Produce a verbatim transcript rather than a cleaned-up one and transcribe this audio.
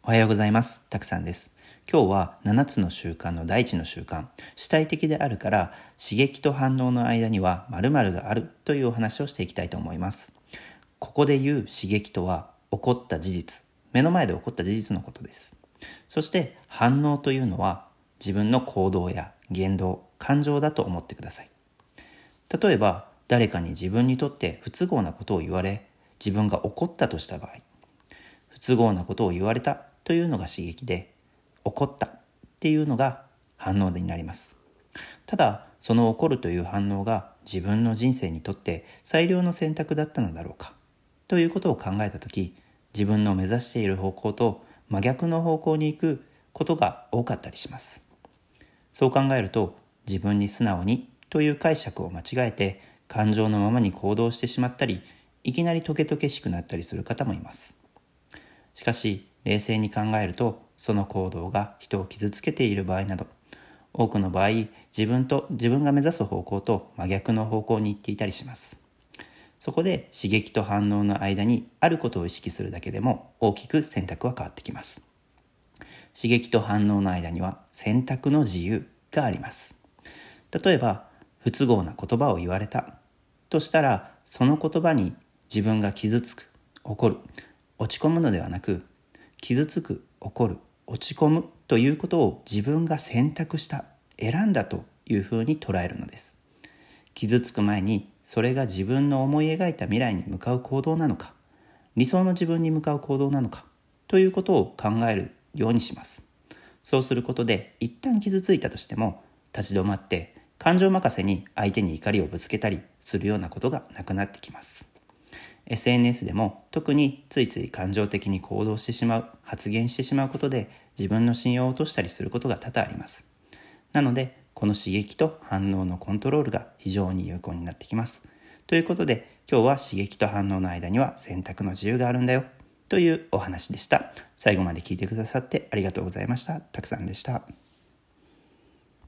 おはようございます。たくさんです。今日はななつの習慣の第一の習慣、主体的であるから刺激と反応の間には〇〇があるというお話をしていきたいと思います。ここで言う刺激とは起こった事実、目の前で起こった事実のことです。そして反応というのは自分の行動や言動、感情だと思ってください。例えば誰かに自分にとって不都合なことを言われ、自分が怒ったとした場合、不都合なことを言われたというのが刺激で、怒ったっていうのが反応になります。ただその怒るという反応が自分の人生にとって最良の選択だったのだろうかということを考えたとき、自分の目指している方向と真逆の方向に行くことが多かったりします。そう考えると、自分に素直にという解釈を間違えて感情のままに行動してしまったり、いきなりトゲトゲしくなったりする方もいます。しかし冷静に考えると、その行動が人を傷つけている場合など、多くの場合自分と自分が目指す方向と真逆の方向に行っていたりします。そこで刺激と反応の間にあることを意識するだけでも大きく選択は変わってきます。刺激と反応の間には選択の自由があります。例えば不都合な言葉を言われたとしたら、その言葉に自分が傷つく、怒る、落ち込むのではなく、傷つく、怒る、落ち込むということを自分が選択した、選んだというふうに捉えるのです。傷つく前にそれが自分の思い描いた未来に向かう行動なのか、理想の自分に向かう行動なのかということを考えるようにします。そうすることで一旦傷ついたとしても立ち止まって感情任せに相手に怒りをぶつけたりするようなことがなくなってきます。エスエヌエス でも特についつい感情的に行動してしまう、発言してしまうことで自分の信用を落としたりすることが多々あります。なのでこの刺激と反応のコントロールが非常に有効になってきます。ということで今日は刺激と反応の間には選択の自由があるんだよというお話でした。最後まで聞いてくださってありがとうございました。たくさんでした。